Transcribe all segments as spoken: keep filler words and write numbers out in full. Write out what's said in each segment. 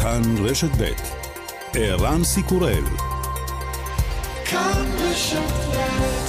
כאן רשת ב' ערן סיקורל. כאן רשת ב'.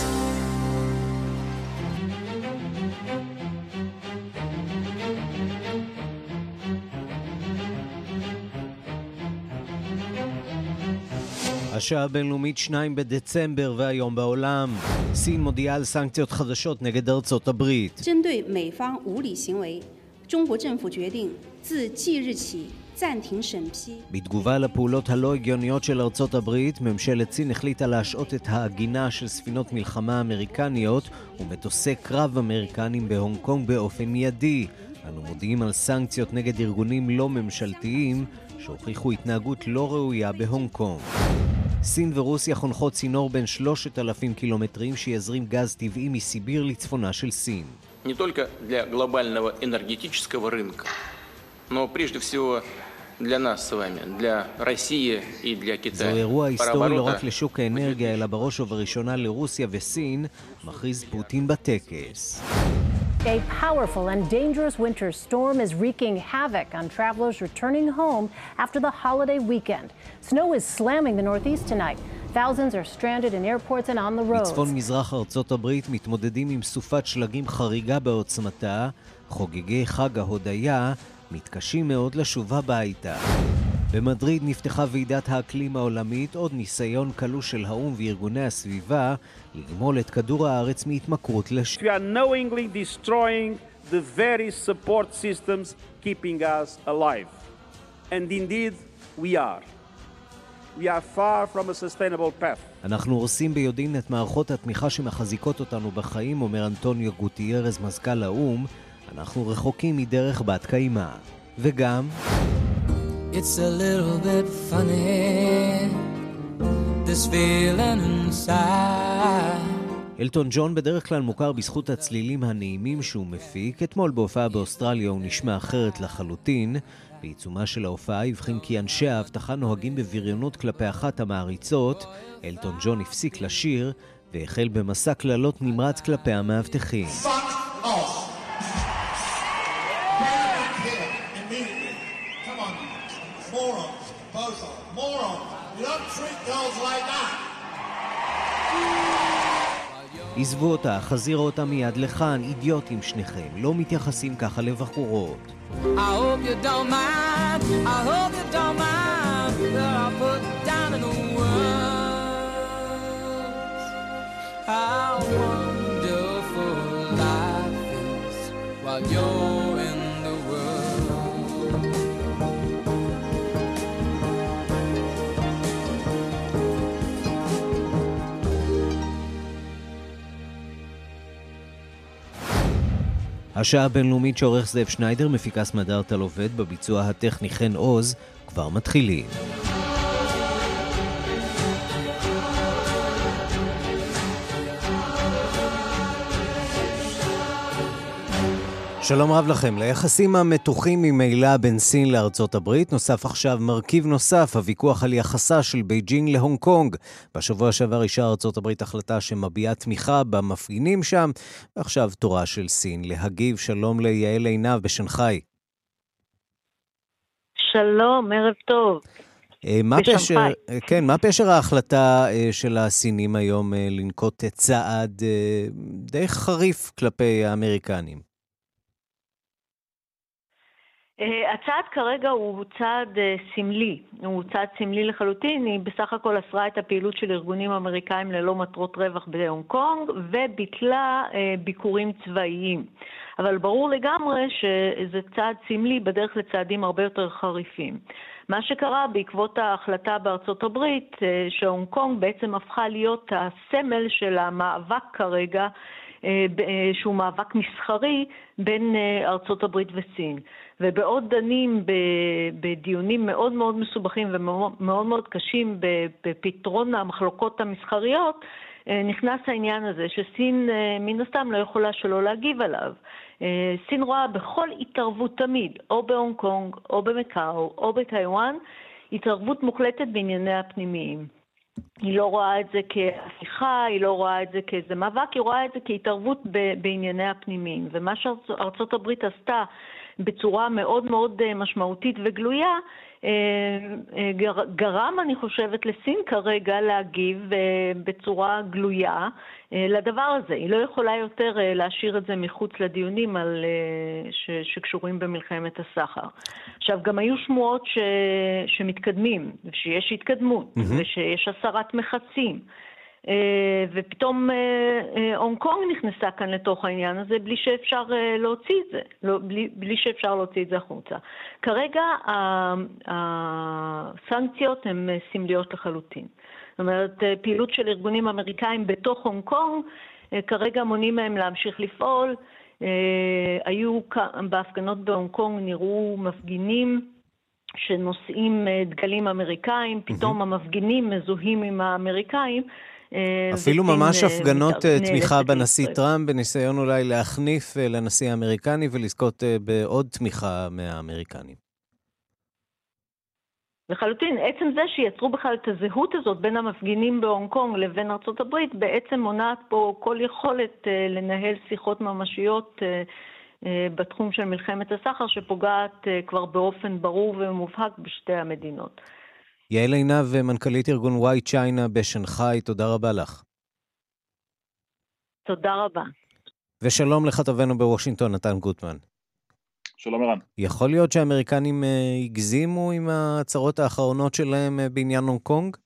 השעה הבינלאומית שניים בדצמבר והיום בעולם. סין מודיעה על סנקציות חדשות נגד ארצות הברית. 针对美方无理行为，中国政府决定自即日起暂停审批. בתגובה לפעולות הלא הגיוניות של ארצות הברית, ממשלת סין החליטה להשעות את ההגינה של ספינות מלחמה אמריקניות ומטוסי קרב אמריקנים בהונג קונג באופן מיידי. אנו מודיעים על סנקציות נגד ארגונים לא ממשלתיים שהוכיחו התנהגות לא ראויה בהונג קונג. סין ורוסיה חונכות צינור בין שלושת אלפים קילומטרים שיזרים גז טבעי מסיביר לצפונה של סין. Не только для глобального энергетического рынка, но прежде всего для нас с вами, для России и для Китая. זהו אירוע היסטורי לא רק לשוק האנרגיה, אלא בראש ובראשונה לרוסיה וסין, מכריז פוטין בטקס. A powerful and dangerous winter storm is wreaking havoc on travelers returning home after the holiday weekend. Snow is slamming the Northeast tonight. Thousands are stranded in airports and on the roads. בצפון מזרח ארצות הברית מתמודדים עם סופת שלגים חריגה בעוצמתה. חוגגי חג ההודיה מתקשים מאוד לשוב הביתה. במדריד נפתחה ועידת האקלים העולמית, עוד ניסיון קלוש של האום וארגוני הסביבה לגמול את כדור הארץ מהתמכרות לש... We are knowingly destroying the very support systems keeping us alive. And indeed we are. We are far from a sustainable path. אנחנו הורסים ביודעין את מערכות התמיכה שמחזיקות אותנו בחיים, אומר אנטוניו גוטיירז מזכ"ל האום. אנחנו רחוקים מדרך בת קיימא. וגם It's a little bit funny, this feeling inside. אלטון ג'ון בדרך כלל מוכר בזכות הצלילים הנעימים שהוא מפיק. אתמול בהופעה באוסטרליה הוא נשמע אחרת לחלוטין. בעיצומה של ההופעה הבחין כי אנשי האבטחה נוהגים בבריונות כלפי אחת המעריצות. אלטון ג'ון הפסיק לשיר והחל במסע קללות נמרץ כלפי המאבטחים. Fuck off. עזבו אותה, חזירו אותה מיד לכאן, אידיוטים שניכם, לא מתייחסים ככה לבחורות. I hope you don't mind, I hope you don't mind that I put down in the words how wonderful life is while you're in the world. השעה הבינלאומית שעורך זאב שניידר, מפיקס מדארטל עובד, בביצוע הטכני חן עוז, כבר מתחילים. שלום רב לכם. ליחסים המתוחים ממילא בין סין לארצות הברית נוסף עכשיו מרכיב נוסף, הוויכוח על יחסה של בייג'ינג להונג קונג. בשבוע שעבר אישרה ארצות הברית החלטה שמביעה תמיכה במפגינים שם, ועכשיו תורה של סין להגיב. שלום ליעל עינב בשנגחאי. שלום, ערב טוב. מה פשר, כן, מה פשר ההחלטה של הסינים היום לנקוט צעד די חריף כלפי האמריקנים? הצעד כרגע הוא צעד סמלי, הוא צעד סמלי לחלוטין. היא בסך הכל אסרה את הפעילות של ארגונים אמריקאים ללא מטרות רווח בהונג קונג וביטלה ביקורים צבאיים. אבל ברור לגמרי שזה צעד סמלי בדרך לצעדים הרבה יותר חריפים. מה שקרה בעקבות ההחלטה בארצות הברית, שהונג קונג בעצם הפכה להיות הסמל של המאבק כרגע, שהוא מאבק מסחרי בין ארצות הברית וסין. ובעוד דנים בדיונים מאוד מאוד מסובכים ומאוד מאוד קשים בפתרון המחלוקות המסחריות, נכנס העניין הזה שסין מן הסתם לא יכולה שלא להגיב עליו. סין רואה בכל התערבות תמיד, או בהונג קונג, או במקאו, או בטיואן, התערבות מוחלטת בענייניה הפנימיים. היא לא רואה את זה כהפיכה, היא לא רואה את זה כאיזה מאבק, היא רואה את זה כהתערבות בענייניה הפנימיים. ומה שארצות הברית עשתה בצורה מאוד מאוד משמעותית וגלויה, גרם, אני חושבת, לסין כרגע להגיב בצורה גלויה לדבר הזה. היא לא יכולה יותר להשאיר את זה מחוץ לדיונים על, ש, שקשורים במלחמת הסחר. עכשיו, גם היו שמועות ש, שמתקדמים, שיש התקדמות, mm-hmm. ושיש הסרת מחצים. ופתאום הונג קונג נכנסה כאן לתוך העניין הזה בלי שאפשר להוציא את זה, לא, בלי, בלי שאפשר להוציא את זה החוצה. כרגע הסנקציות הן סמליות לחלוטין. זאת אומרת, פעילות של ארגונים אמריקאים בתוך הונג קונג, כרגע מונעים מהם להמשיך לפעול. היו בהפגנות בהונג קונג נראו מפגינים שנושאים דגלים אמריקאים, פתאום המפגינים מזוהים עם האמריקאים, אפילו ממש הפגנות תמיכה בנשיא טראמפ, בניסיון אולי להחניף לנשיא האמריקני ולזכות בעוד תמיכה מהאמריקנים. לחלוטין, עצם זה שיצרו בכלל את הזהות הזאת בין המפגינים בהונג קונג לבין ארצות הברית, בעצם מונעת פה כל יכולת לנהל שיחות ממשיות בתחום של מלחמת הסחר, שפוגעת כבר באופן ברור ומובהק בשתי המדינות. יעל עינב, מנכ"לית ארגון וואי צ'יינה בשנגחאי, תודה רבה לך. תודה רבה. ושלום לכתבנו בוושינגטון, נתן גוטמן. שלום ערן. יכול להיות שהאמריקנים הגזימו עם ההצהרות האחרונות שלהם בעניין הונג קונג?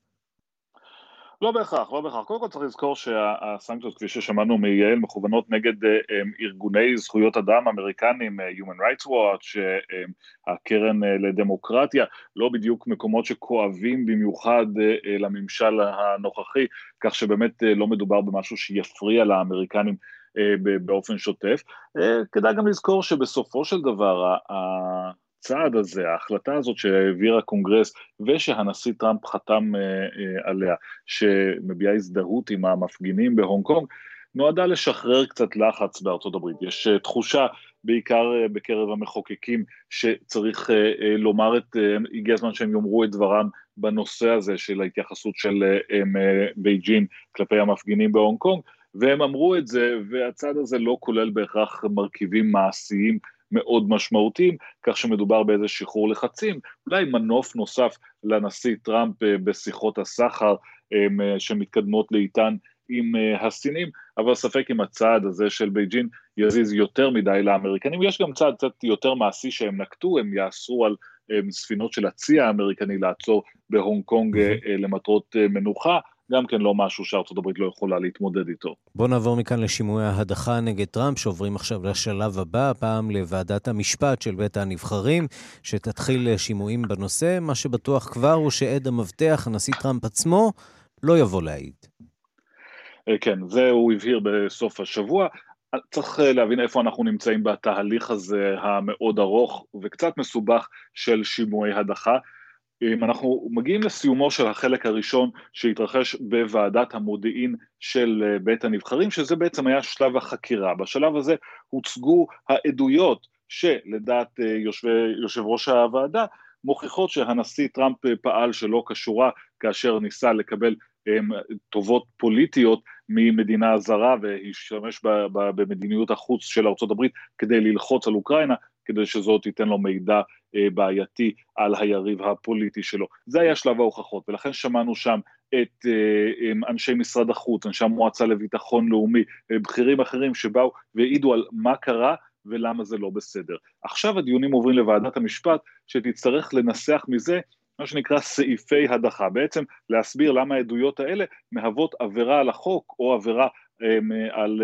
לא בהכרח, לא בהכרח. קודם כל צריך לזכור שהסנקציות, כפי ששמענו מיעל, מכוונות נגד ארגוני זכויות אדם אמריקנים, Human Rights Watch, הקרן לדמוקרטיה, לא בדיוק מקומות שכואבים במיוחד לממשל הנוכחי, כך שבאמת לא מדובר במשהו שיפריע לאמריקנים באופן שוטף. כדאי גם לזכור שבסופו של דבר, הצעד הזה, ההחלטה הזאת שהעביר הקונגרס ושהנשיא טראמפ חתם עליה, שמביעה הזדהות עם המפגינים בהונג קונג, נועדה לשחרר קצת לחץ בארצות הברית. יש תחושה בעיקר בקרב המחוקקים שצריך לומר את, הגיע הזמן שהם יאמרו את דברם בנושא הזה של ההתייחסות של בייג'ין כלפי המפגינים בהונג קונג, והם אמרו את זה, והצעד הזה לא כולל בהכרח מרכיבים מעשיים מאוד משמעותיים, כך שמדובר באיזה שחרור לחצים, אולי מנוף נוסף לנשיא טראמפ בשיחות הסחר שמתקדמות לאיתן עם הסינים, אבל ספק אם הצעד הזה של בייג'ין יזיז יותר מדי לאמריקנים. יש גם צעד קצת יותר מעשי שהם נקטו, הם יאסרו על ספינות של הצי האמריקני לעצור בהונג קונג למטרות מנוחה, גם כן לא משהו שארצות הברית לא יכולה להתמודד איתו. בוא נעבור מכאן לשימועי ההדחה נגד טראמפ, שעוברים עכשיו לשלב הבא, פעם לוועדת המשפט של בית הנבחרים, שתתחיל שימועים בנושא. מה שבטוח כבר הוא שעד המבטח, הנשיא טראמפ עצמו, לא יבוא להעיד. כן, זה הוא הבהיר בסוף השבוע. צריך להבין איפה אנחנו נמצאים בתהליך הזה המאוד ארוך וקצת מסובך של שימועי הדחה. אנחנו מגיעים לסיומו של החלק הראשון שהתרחש בוועדת המודיעין של בית הנבחרים, שזה בעצם היה שלב החקירה. בשלב הזה הוצגו העדויות שלדעת יושב, יושב ראש הוועדה, מוכיחות שהנשיא טראמפ פעל שלא קשורה כאשר ניסה לקבל טובות פוליטיות ממדינה זרה, והשתמש במדיניות החוץ של ארצות הברית כדי ללחוץ על אוקראינה, כדי שזאת תיתן לו מידע בעייתי על היריב הפוליטי שלו. זה היה שלב ההוכחות, ולכן שמענו שם את אנשי משרד החוץ, אנשי המועצה לביטחון לאומי, בכירים אחרים שבאו והעידו על מה קרה ולמה זה לא בסדר. עכשיו הדיונים עוברים לוועדת המשפט, שתצטרך לנסח מזה מה שנקרא סעיפי הדחה, בעצם להסביר למה העדויות האלה מהוות עבירה על החוק, או עבירה על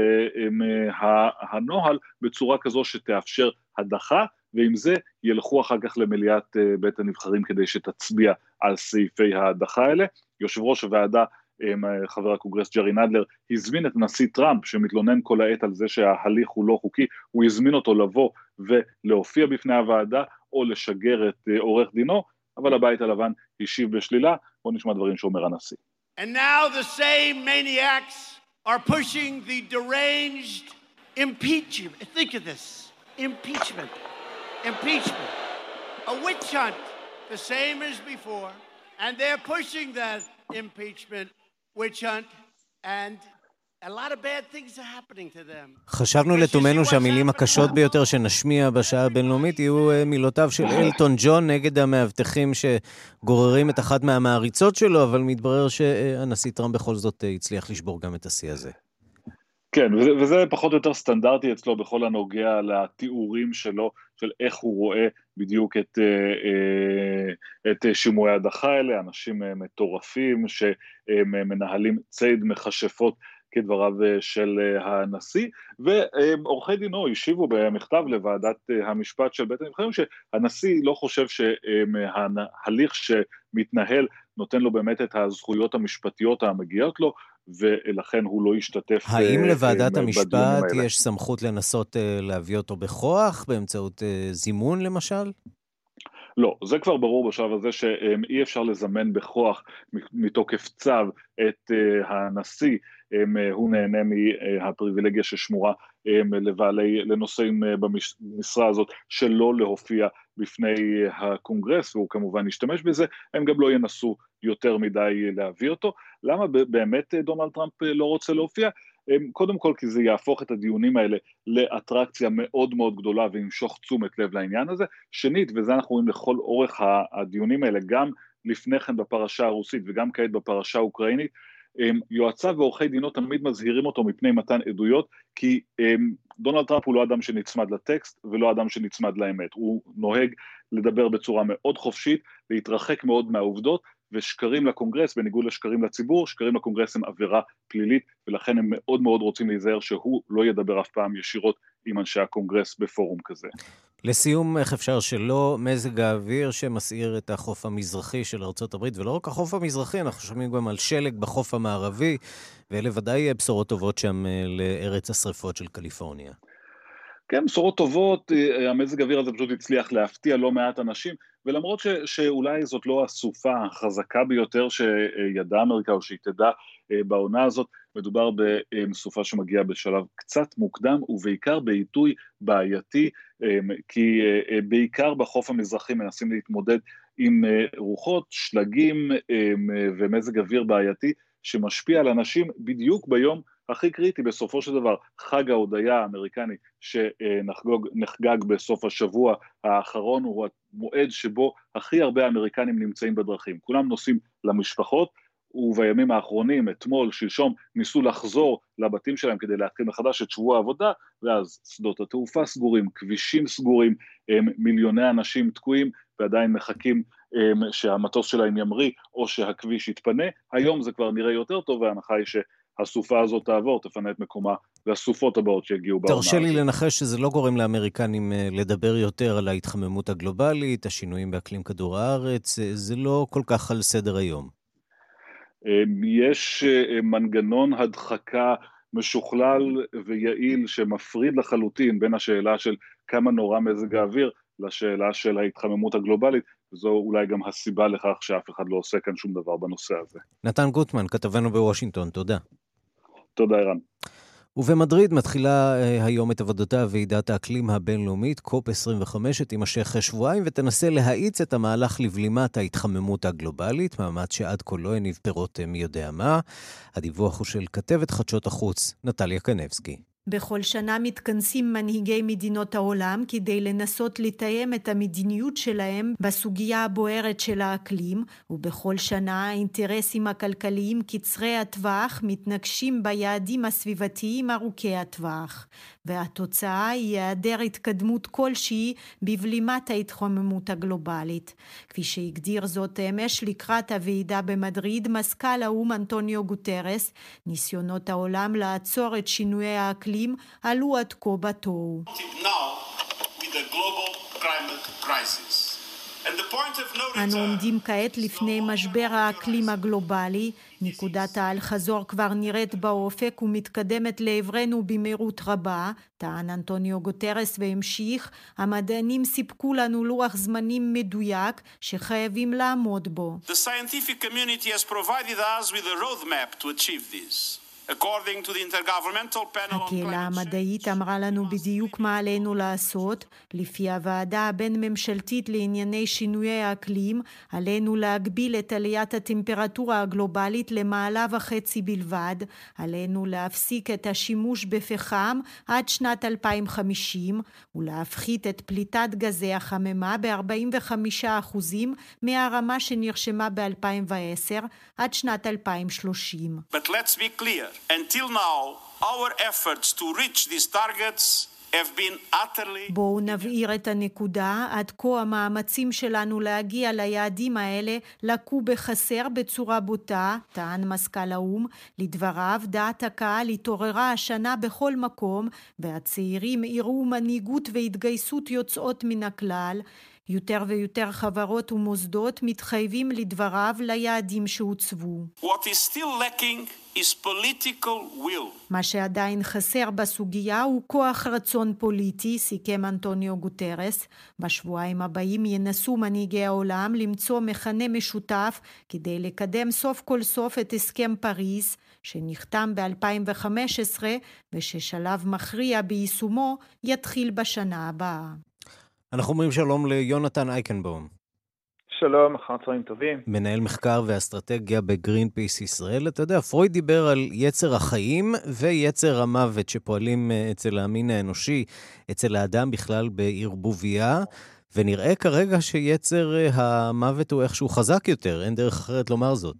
הנוהל, בצורה כזו שתאפשר הדחה, ועם זה ילכו אחר כך למליאת בית הנבחרים כדי שתצביע על סעיפי ההדחה האלה. יושב ראש הוועדה, חבר הקונגרס ג'רי נדלר, הזמין את נשיא טראמפ, שמתלונן כל העת על זה שההליך הוא לא חוקי, הוא הזמין אותו לבוא ולהופיע בפני הוועדה, או לשגר את עורך דינו, אבל הבית הלבן השיב בשלילה. בוא נשמע דברים שאומר הנשיא. And now the same maniacs are pushing the deranged impeachment. Think of this. Impeachment. Impeachment. A witch hunt, the same as before, and they're pushing that impeachment, witch hunt, and a lot of bad things are happening to them. חשבנו לתומנו שהמילים הקשות ביותר שנשמיע בשעה הבינלאומית יהיו מילותיו של אלטון ג'ון נגד המאבטחים שגוררים את אחת מהמעריצות שלו, אבל מתברר שהנשיא טראמפ בכל זאת הצליח לשבור גם את השיא הזה. כן, וזה, וזה פחות או יותר סטנדרטי אצלו בכל הנוגע לתיאורים שלו, של איך הוא רואה בדיוק את, את שימועי הדחה האלה, אנשים מטורפים שמנהלים ציד מכשפות כדבריו של הנשיא, ועורכי דינו השיבו במכתב לוועדת המשפט של בית הנבחרים, שהנשיא לא חושב שההליך שמתנהל נותן לו באמת את הזכויות המשפטיות המגיעות לו, ולכן הוא לא ישתתף. האם לוועדת המשפט יש סמכות לנסות להביא אותו בכוח, באמצעות זימון למשל? לא, זה כבר ברור בשלב הזה שאי אפשר לזמן בכוח מתוקף צו את הנשיא, הוא נהנה מהפריבילגיה ששמורה לבעלי, לנושאים במשרה הזאת שלא להופיע בפני הקונגרס, והוא כמובן ישתמש בזה, הם גם לא ינסו יותר מדי להביא אותו. למה באמת דונלד טראמפ לא רוצה להופיע? קודם כל כי זה יהפוך את הדיונים האלה לאטרקציה מאוד מאוד גדולה וימשוך תשומת לב לעניין הזה. שנית, וזה אנחנו רואים לכל אורך הדיונים האלה, גם לפני כן בפרשה הרוסית וגם כעת בפרשה האוקראינית, יועציו ועורכי דינו תמיד מזהירים אותו מפני מתן עדויות, כי דונלד טראמפ הוא לא אדם שנצמד לטקסט ולא אדם שנצמד לאמת, הוא נוהג לדבר בצורה מאוד חופשית, להתרחק מאוד מהעובדות, ושקרים לקונגרס, בניגוד לשקרים לציבור, שקרים לקונגרס הם עבירה פלילית, ולכן הם מאוד מאוד רוצים להיזהר שהוא לא ידבר אף פעם ישירות עם אנשי הקונגרס בפורום כזה. לסיום, איך אפשר שלא, מזג האוויר שמסעיר את החוף המזרחי של ארצות הברית, ולא רק החוף המזרחי, אנחנו שומעים גם על שלג בחוף המערבי, ואלה ודאי בשורות טובות שם לארץ השריפות של קליפורניה. כן, בשורות טובות, המזג האוויר הזה פשוט הצליח להפתיע לא מעט אנשים, ולמרות ש, שאולי זאת לא הסופה החזקה ביותר שידעה אמריקה או שהיא תדע בעונה הזאת, מדובר בסופה שמגיעה בשלב קצת מוקדם, ובעיקר בעיתוי בעייתי, כי בעיקר בחוף המזרחי מנסים להתמודד עם רוחות, שלגים ומזג אוויר בעייתי, שמשפיע על אנשים בדיוק ביום הכי קריטי בסופו של דבר, חג ההודיה האמריקני שנחגג בסוף השבוע האחרון, הוא המועד שבו הכי הרבה אמריקנים נמצאים בדרכים, כולם נוסעים למשפחות, ובימים האחרונים, אתמול, שלשום, ניסו לחזור לבתים שלהם כדי להתחיל מחדש את שבוע העבודה, ואז שדות התעופה סגורים, כבישים סגורים, מיליוני אנשים תקועים, ועדיין מחכים שהמטוס שלהם ימריא, או שהכביש יתפנה. היום זה כבר נראה יותר טוב, וההנחה היא שהסופה הזאת תעבור, תפנה את מקומה, והסופות הבאות שיגיעו בעונה. תרשה לי לנחש שזה לא גורם לאמריקנים לדבר יותר על ההתחממות הגלובלית, השינויים באקלים כדור הארץ, זה לא כל כך על סדר היום. יש מנגנון הדחקה משוכלל ויעיל שמפריד לחלוטין בין השאלה של כמה נורא מזג האוויר לשאלה של ההתחממות הגלובלית, וזו אולי גם הסיבה לכך שאף אחד לא עושה כאן שום דבר בנושא הזה. נתן גוטמן, כתבנו בוושינגטון, תודה. תודה ערן. ובמדריד מתחילה היום את עבודתה ועידת האקלים הבינלאומית, קופ עשרים וחמש, תימשך שבועיים ותנסה להאיץ את המהלך לבלימת ההתחממות הגלובלית, מאמץ שעד כה לא הניב פירות מי יודע מה. הדיווח הוא של כתבת חדשות החוץ, נטליה קנבסקי. בכל שנה מתכנסים מנהיגי מדינות העולם כדי לנסות לתאם את המדיניות שלהם בסוגיה הבוערת של האקלים, ובכל שנה האינטרסים הכלכליים קצרי הטווח מתנגשים ביעדים הסביבתיים ארוכי הטווח, והתוצאה היא היעדר התקדמות כלשהי בבלימת ההתחממות הגלובלית. כפי שהגדיר זאת אמש לקראת הוועידה במדריד מזכ"ל האו"ם אנטוניו גוטרס, ניסיונות העולם לעצור את שינויי האקלים עלו עד כה בתוהו. אנו עומדים כעת לפני משבר האקלים הגלובלי, נקודת האל-חזור כבר נראית באופק ומתקדמת לעברנו במהירות רבה, טען אנטוניו גוטרס והמשיך, המדענים סיפקו לנו לוח זמנים מדויק שחייבים לעמוד בו. The scientific community has provided us with a roadmap to achieve this. הקהילה המדעית אמרה לנו בדיוק מה עלינו לעשות. לפי הוועדה הבין-ממשלתית לענייני שינויי האקלים, עלינו להגביל את עליית הטמפרטורה הגלובלית למעלה וחצי בלבד, עלינו להפסיק את השימוש בפחם עד שנת אלפיים וחמישים, ולהפחית את פליטת גזי החממה ב-ארבעים וחמישה אחוז מהרמה שנרשמה ב-אלפיים ועשר עד שנת אלפיים ושלושים. But let's be clear, until now, our efforts to reach these targets have been utterly... בואו נבהיר את הנקודה. עד כה המאמצים שלנו להגיע ליעדים האלה לקו בחסר בצורה בוטה, טען מזכ"ל האו"ם. לדבריו, דעת הקהל התעוררה השנה בכל מקום, והצעירים הראו מנהיגות והתגייסות יוצאות מן הכלל. יותר ויותר חברות ומוסדות מתחייבים לדבריו ליעדים שהוצבו. What is still lacking is political will. מה שעדיין חסר בסוגיה הוא כוח רצון פוליטי, סיכם אנטוניו גוטרס. בשבועיים הבאים ינסו מנהיגי העולם למצוא מכנה משותף כדי לקדם סוף כל סוף את הסכם פריז, שנחתם ב-אלפיים וחמש עשרה וששלב מכריע ביישומו יתחיל בשנה הבאה. אנחנו אומרים שלום ליונתן אייקנבאום. שלום, אחר צהריים טובים. מנהל מחקר ואסטרטגיה בגרינפיס ישראל. אתה יודע, פרויד דיבר על יצר החיים ויצר המוות שפועלים אצל המין האנושי, אצל האדם בכלל בערבוביה, ונראה כרגע שיצר המוות הוא איכשהו חזק יותר, אין דרך אחרת לומר זאת.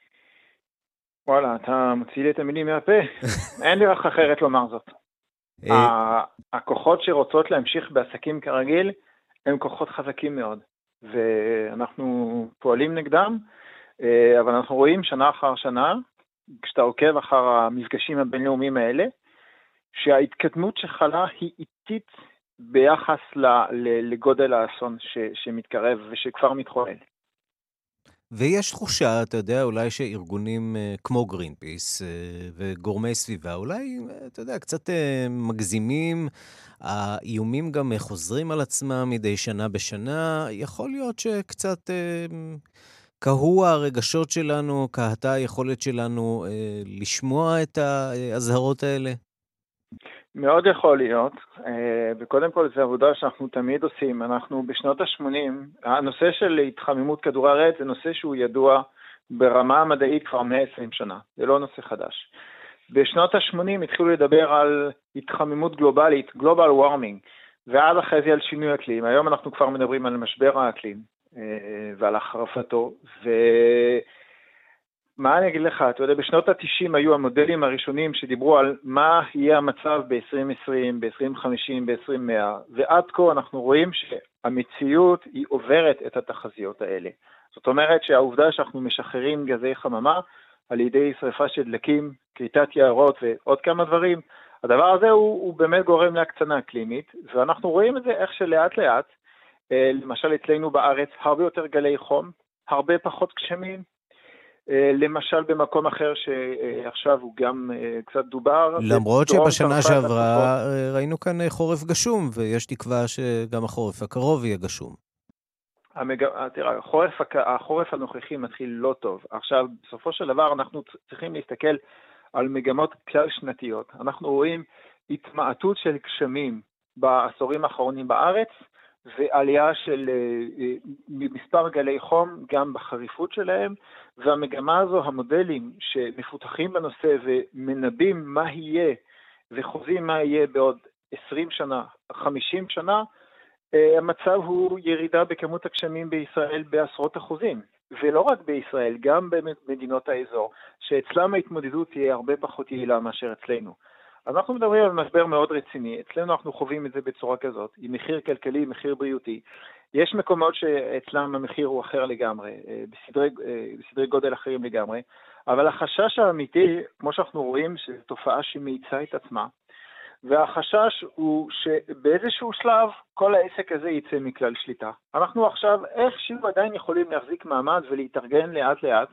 וואלה, אתה מוציא לי את המילים מהפה. אין דרך אחרת לומר זאת. הכוחות שרוצות להמשיך בעסקים כרגיל הם כוחות חזקים מאוד, ואנחנו פועלים נגדם, אבל אנחנו רואים שנה אחר שנה, כשאתה עוקב אחר המפגשים הבינלאומיים האלה, שההתקדמות שחלה היא איטית ביחס לגודל האסון שמתקרב ושכבר מתחולל. ויש תחושה, אתה יודע, אולי שארגונים כמו גרינפיס וגורמי סביבה, אולי, אתה יודע, קצת מגזימים, האיומים גם חוזרים על עצמם מדי שנה בשנה, יכול להיות שקצת קהו הרגשות שלנו, קהתה היכולת שלנו לשמוע את ההזהרות האלה? מאוד יכול להיות, וקודם כל זו עבודה שאנחנו תמיד עושים. אנחנו בשנות ה-שמונים, הנושא של התחממות כדור הארץ זה נושא שהוא ידוע ברמה המדעית כבר מאה ועשרים שנה, זה לא נושא חדש. בשנות ה-שמונים התחילו לדבר על התחממות גלובלית, global warming, ועד אחרי זה על שינוי אקלים. היום אנחנו כבר מדברים על משבר האקלים ועל החרפתו, ו... מה אני אגיד לך? אתה יודע, בשנות ה-תשעים היו המודלים הראשונים שדיברו על מה יהיה המצב ב-עשרים עשרים, ב-עשרים חמישים, ב-עשרים מאה, ועד כה אנחנו רואים שהמציאות היא עוברת את התחזיות האלה. זאת אומרת שהעובדה שאנחנו משחררים גזי חממה על ידי שריפה של דלקים, כריתת יערות ועוד כמה דברים, הדבר הזה הוא, הוא באמת גורם להקצנה אקלימית, ואנחנו רואים את זה איך שלאט לאט, למשל אצלנו בארץ, הרבה יותר גלי חום, הרבה פחות גשמים, למשל במקום אחר שעכשיו הוא גם קצת דובר. למרות שבשנה שעברה ראינו כאן חורף גשום, ויש תקווה שגם החורף הקרוב יהיה גשום. תראה, החורף, החורף הנוכחי מתחיל לא טוב. עכשיו, בסופו של דבר אנחנו צריכים להסתכל על מגמות כלל שנתיות. אנחנו רואים התמעטות של גשמים בעשורים האחרונים בארץ, ועלייה של מספר גלי חום גם בחריפות שלהם, והמגמה הזו, המודלים שמפותחים בנושא ומנבאים מה יהיה וחוזים מה יהיה בעוד עשרים שנה, חמישים שנה, המצב הוא ירידה בכמות הגשמים בישראל בעשרות אחוזים, ולא רק בישראל, גם במדינות האזור, שאצלם ההתמודדות תהיה הרבה פחות יעילה מאשר אצלנו. אנחנו מדברים על משבר מאוד רציני, אצלנו אנחנו חווים את זה בצורה כזאת, עם מחיר כלכלי, מחיר בריאותי. יש מקומות שאצלם המחיר הוא אחר לגמרי, בסדרי, בסדרי גודל אחרים לגמרי, אבל החשש האמיתי, כמו שאנחנו רואים, שזו תופעה שמאיצה את עצמה, והחשש הוא שבאיזשהו שלב כל העסק הזה יצא מכלל שליטה. אנחנו עכשיו איכשהו עדיין יכולים להחזיק מעמד ולהתארגן לאט לאט,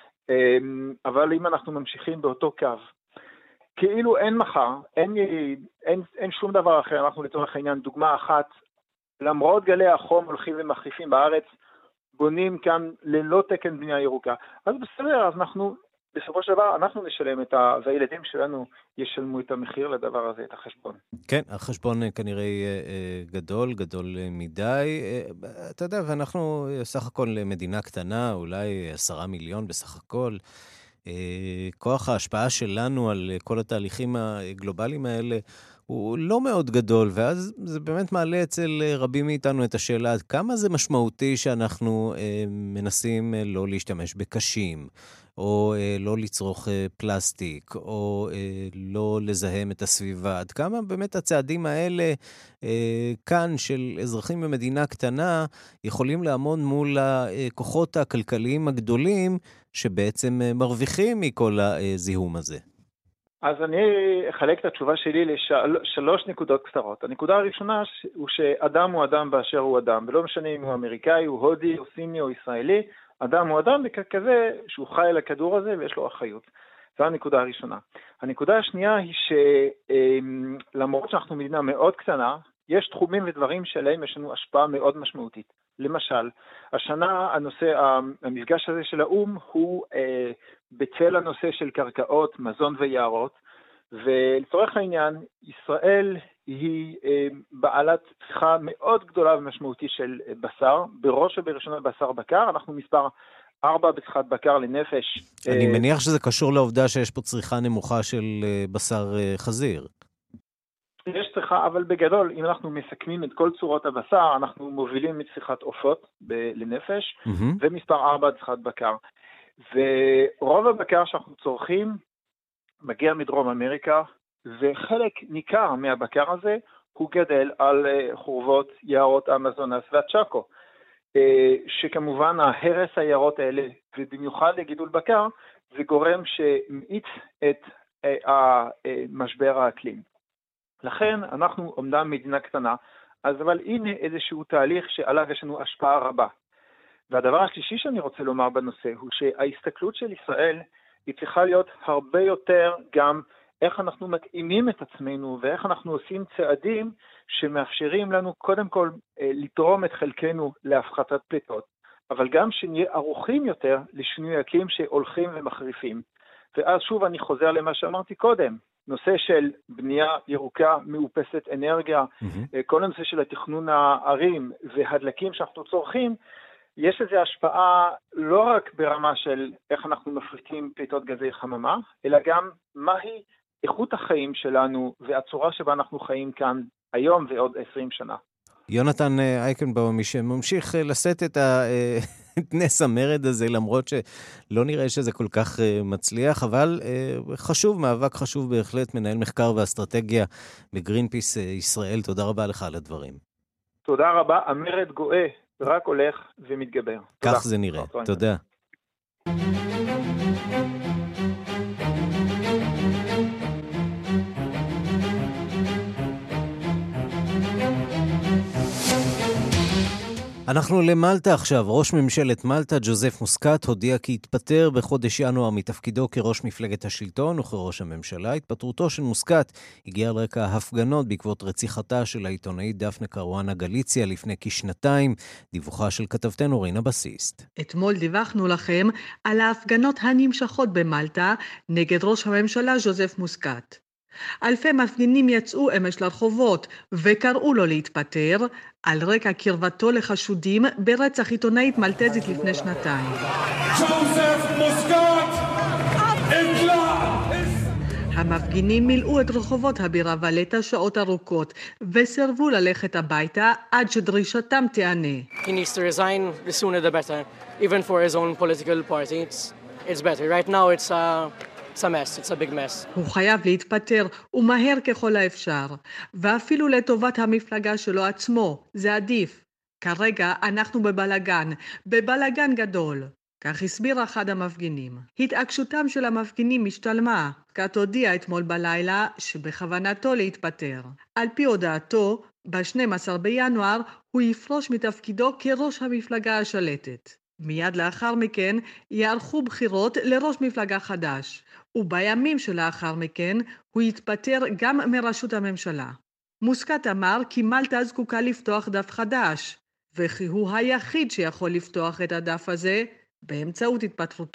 אבל אם אנחנו ממשיכים באותו קו, כאילו אין מחר, אין, אין, אין שום דבר אחר. אנחנו לצורך העניין דוגמה אחת, למרות גלי החום הולכים ומחריפים בארץ, בונים כאן ללא תקן בנייה ירוקה. אז בסדר, אז אנחנו בסופו של דבר אנחנו נשלם את ה... והילדים שלנו ישלמו את המחיר לדבר הזה, את החשבון. כן, החשבון כנראה גדול, גדול מדי. אתה יודע, ואנחנו סך הכל מדינה קטנה, אולי עשרה מיליון בסך הכל. כוח ההשפעה שלנו על כל התהליכים הגלובליים האלה הוא לא מאוד גדול, ואז זה באמת מעלה אצל רבים מאיתנו את השאלה עד כמה זה משמעותי שאנחנו אה, מנסים לא להשתמש בקשים, או אה, לא לצרוך אה, פלסטיק, או אה, לא לזהם את הסביבה. עד כמה באמת הצעדים האלה אה, כאן של אזרחים במדינה קטנה יכולים לעמוד מול הכוחות הכלכליים הגדולים שבעצם אה, מרוויחים מכל הזיהום הזה. אז אני אחלק את התשובה שלי לשלוש נקודות קצרות. הנקודה הראשונה הוא שאדם הוא אדם באשר הוא אדם, ולא משנה אם הוא אמריקאי, הוא הודי, או סיני או ישראלי, אדם הוא אדם וכזה שהוא חי על הכדור הזה ויש לו אחריות. זו הנקודה הראשונה. הנקודה השנייה היא שלמרות שאנחנו מדינה מאוד קטנה, יש תחומים ודברים שלהם יש לנו השפעה מאוד משמעותית. למשל, השנה הנושא, המפגש הזה של האום הוא אה, בצל הנושא של קרקעות, מזון ויערות, ולצורך העניין, ישראל היא אה, בעלת צריכה מאוד גדולה ומשמעותית של בשר, בראש ובראשונה בשר בקר, אנחנו מספר ארבע בצריכת בקר לנפש. אני אה, מניח שזה קשור לעובדה שיש פה צריכה נמוכה של אה, בשר אה, חזיר. יש צריכה, אבל בגדול, אם אנחנו מסכמים את כל צורות הבשר, אנחנו מובילים מצריכת עופות ב- לנפש, mm-hmm. ומספר ארבע צריכת בקר. ורוב הבקר שאנחנו צורכים מגיע מדרום אמריקה, וחלק ניכר מהבקר הזה הוא גדל על חורבות יערות אמזונס והצ'אקו, שכמובן ההרס היערות האלה, ובמיוחד לגידול בקר, זה גורם שמאיץ את המשבר האקלים. לכן אנחנו אומנם מדינה קטנה, אז אבל הנה איזשהו תהליך שעליו יש לנו השפעה רבה. והדבר השלישי שאני רוצה לומר בנושא הוא שההסתכלות של ישראל היא צריכה להיות הרבה יותר גם איך אנחנו מתאימים את עצמנו ואיך אנחנו עושים צעדים שמאפשרים לנו קודם כל לתרום את חלקנו להפחתת פליטות, אבל גם שנהיה ערוכים יותר לשינוי אקלים שהולכים ומחריפים. ואז שוב אני חוזר למה שאמרתי קודם, נושא של בנייה ירוקה, מאופסת אנרגיה, mm-hmm. כל הנושא של התכנון הערים והדלקים שאנחנו צורכים, יש לזה השפעה לא רק ברמה של איך אנחנו מפחיתים פליטות גזי חממה, אלא גם מהי איכות החיים שלנו והצורה שבה אנחנו חיים כאן היום ועוד עשרים שנה. יונתן אייקנבאום, מי שממשיך לשאת את, ה... את נס המרד הזה, למרות שלא נראה שזה כל כך מצליח, אבל חשוב, מאבק חשוב בהחלט, מנהל מחקר ואסטרטגיה בגרינפיס ישראל. תודה רבה לך על הדברים. תודה רבה, המרד גואה, רק הולך ומתגבר. כך תודה. זה נראה, תודה. תודה. אנחנו למלטה עכשיו. ראש ממשלת מלטה, ג'וזף מוסקאט, הודיע כי התפטר בחודש ינואר מתפקידו כראש מפלגת השלטון וכראש הממשלה. התפטרותו של מוסקאט הגיעה על רקע ההפגנות בעקבות רציחתה של העיתונאית דפנה קרואנה גליציה לפני כשנתיים. דיווחה של כתבתנו רינה בסיסט. אתמול דיווחנו לכם על ההפגנות הנמשכות במלטה נגד ראש הממשלה ג'וזף מוסקאט. אלפי מפגינים יצאו אמש לרחובות וקראו לו להתפטר על רקע קרבתו לחשודים ברצח עיתונאית מלטזית לפני שנתיים. ג'וזף מוסקאט! המפגינים מילאו את רחובות הבירה ולטה שעות ארוכות וסירבו ללכת הביתה עד שדרישתם תענה. He needs to resign, the sooner the better. Even for his own political party, it's, it's better. Right now it's a... It's a mess, it's a big mess. הוא חייב להתפטר ומהר ככל האפשר, ואפילו לטובת המפלגה שלו עצמו, זה עדיף. כרגע אנחנו בבלגן, בבלגן גדול. כך הסביר אחד המפגינים. התעקשותם של המפגינים השתלמה, כת הודיע אתמול בלילה שבכוונתו להתפטר. על פי הודעתו, ב-שנים עשר בינואר הוא יפרוש מתפקידו כראש המפלגה השלטת. מיד לאחר מכן יערכו בחירות לראש מפלגה חדש, ובימים שלאחר מכן הוא יתפטר גם מראשות הממשלה. מוסקאט אמר כי מלטה זקוקה לפתוח דף חדש, וכי הוא היחיד שיכול לפתוח את הדף הזה באמצעות התפטרותו.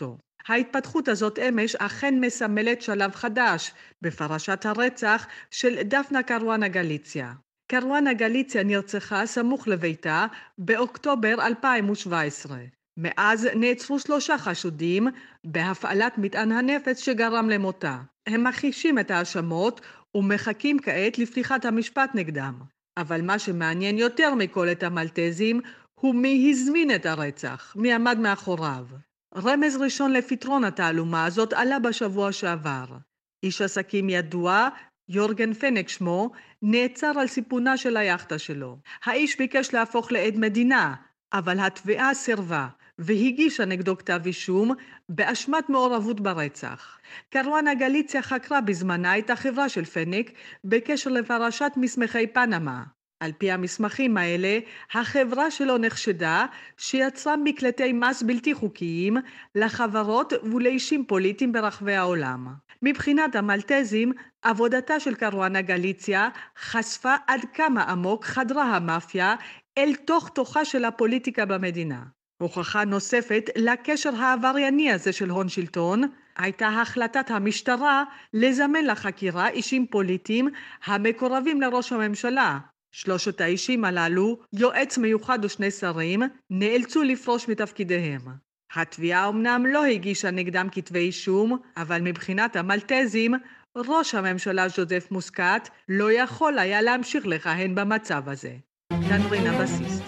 ההתפתחות הזאת אמש אכן מסמלת שלב חדש בפרשת הרצח של דפנה קרואנה גליציה. קרואנה גליציה נרצחה סמוך לביתה באוקטובר אלפיים שבע עשרה. מאז נעצרו שלושה חשודים בהפעלת מטען הנפץ שגרם למותה. הם מכחישים את האשמות ומחכים כעת לפתיחת המשפט נגדם. אבל מה שמעניין יותר מכל את המלטזים הוא מי הזמין את הרצח, מי עמד מאחוריו. רמז ראשון לפתרון התעלומה הזאת עלה בשבוע שעבר. איש עסקים ידוע, יורגן פנק שמו, נעצר על סיפונה של היאכטה שלו. האיש ביקש להפוך לעד מדינה, אבל התביעה סירבה, והגישה נגדו כתב אישום באשמת מעורבות ברצח. קרואנה גליציה חקרה בזמנה את החברה של פנק בקשר לפרשת מסמכי פנמה. על פי המסמכים האלה, החברה שלו נחשדה שיצרה מקלטי מס בלתי חוקיים לחברות ולאישים פוליטיים ברחבי העולם. מבחינת המלטזים, עבודתה של קרואנה גליציה חשפה עד כמה עמוק חדרה המאפיה אל תוך תוכה של הפוליטיקה במדינה. הוכחה נוספת לקשר העברייני הזה של הון שלטון הייתה החלטת המשטרה לזמן לחקירה אישים פוליטיים המקורבים לראש הממשלה. שלושת האישים הללו, יועץ מיוחד ושני שרים, נאלצו לפרוש מתפקידיהם. התביעה אמנם לא הגישה נגדם כתבי אישום, אבל מבחינת המלטזים, ראש הממשלה ז'וזף מוסקאט לא יכול היה להמשיך לכהן במצב הזה. כאן רינה בסיסט.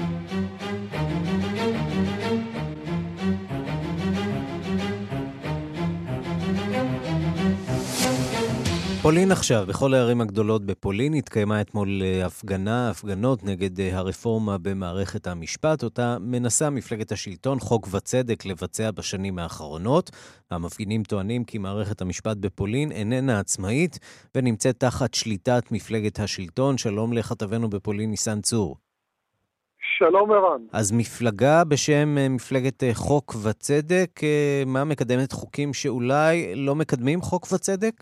פולין עכשיו, בכל הערים הגדולות בפולין התקיימה אתמול הפגנה, הפגנות נגד הרפורמה במערכת המשפט, אותה מנסה מפלגת השלטון חוק וצדק לבצע בשנים האחרונות. המפגינים טוענים כי מערכת המשפט בפולין איננה עצמאית ונמצאת תחת שליטת מפלגת השלטון. שלום לכתבנו בפולין ניסן צור. שלום ערן. אז מפלגה בשם מפלגת חוק וצדק, מה מקדמת חוקים שאולי לא מקדמים חוק וצדק?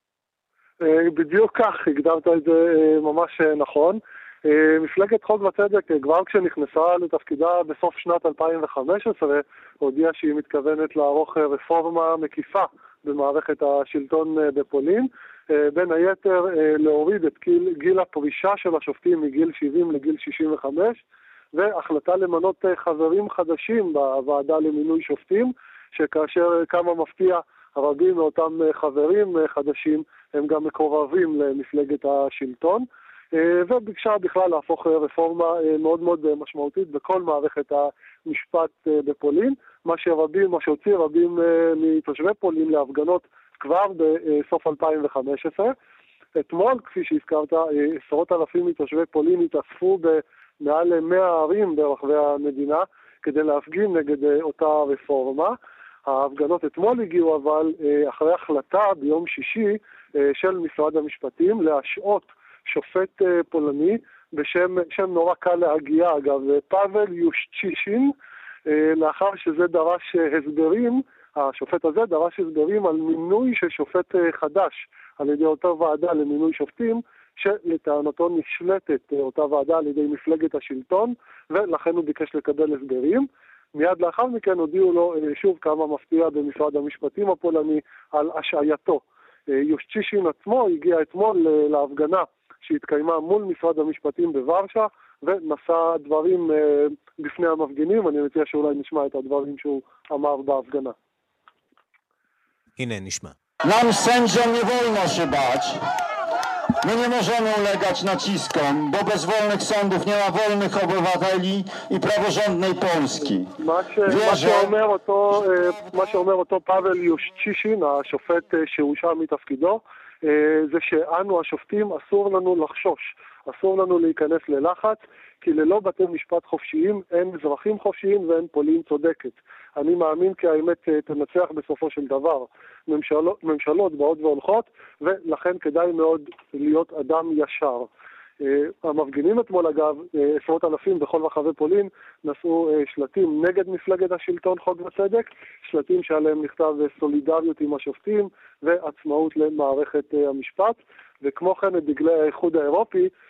בדיוק כך, הגדרת את זה ממש נכון. מפלגת חוק וצדק, כבר כשנכנסה לתפקידה בסוף שנת אלפיים וחמש עשרה, הודיעה שהיא מתכוונת לערוך רפורמה מקיפה במערכת השלטון בפולין, בין היתר להוריד את גיל, גיל הפרישה של השופטים מגיל שבעים לגיל שישים וחמש, והחלטה למנות חברים חדשים בוועדה למינוי שופטים, שכאשר כמה מפתיע, רבים מאותם חברים חדשים הם גם מקורבים למפלגת השלטון, וביקשה בכלל להפוך רפורמה מאוד מאוד משמעותית בכל מערכת המשפט בפולין, מה שרבים, מה שהוציא רבים מתושבי פולין להפגנות כבר בסוף אלפיים וחמש עשרה. אתמול, כפי שהזכרת, עשרות אלפים מתושבי פולין התאספו במעל מאה ערים ברחבי המדינה כדי להפגין נגד אותה רפורמה. ההפגנות אתמול הגיעו אבל אחרי החלטה ביום שישי של משרד המשפטים להשעות שופט פולני בשם שם נורא קל להגיע, אגב, פאבל יושצ'ישין, לאחר שזה דרש הסברים, השופט הזה דרש הסברים על מינוי של שופט חדש על ידי אותה ועדה למינוי שופטים, שלטענתו נשלטת אותה ועדה על ידי מפלגת השלטון, ולכן הוא ביקש לקבל הסברים. מיד לאחר מכן הודיעו לו שוב כמה מפתיע במשרד המשפטים הפולני על השעייתו. יושצ'ישין עצמו הגיע אתמול להפגנה שהתקיימה מול משרד המשפטים בוורשה, ונשא דברים בפני המפגינים. אני מציע שאולי נשמע את הדברים שהוא אמר בהפגנה. הנה נשמע. Nam sędziom nie wolno się bać. My nie możemy ulegać naciskom, bo bez wolnych sądów nie ma wolnych obywateli i praworządnej Polski. מה שאומר אותו, מה שאומר אותו פאבל יושצ'ישין, השופט שהושע מתפקידו, זה שאנו השופטים אסור לנו לחשוש, אסור לנו להיכנס ללחץ, כי ללא בתי משפט חופשיים אין אזרחים חופשיים ואין פולין צודקת. אני מאמין כי האמת תנצח בסופו של דבר. ממשלות, ממשלות באות והולכות, ולכן כדאי מאוד להיות אדם ישר. המפגינים אתמול, אגב, עשרות אלפים בכל רחבי פולין, נשאו שלטים נגד מפלגת השלטון חוק וצדק, שלטים שעליהם נכתב סולידריות עם השופטים ועצמאות למערכת המשפט, וכמו כן את דגלי האיחוד האירופי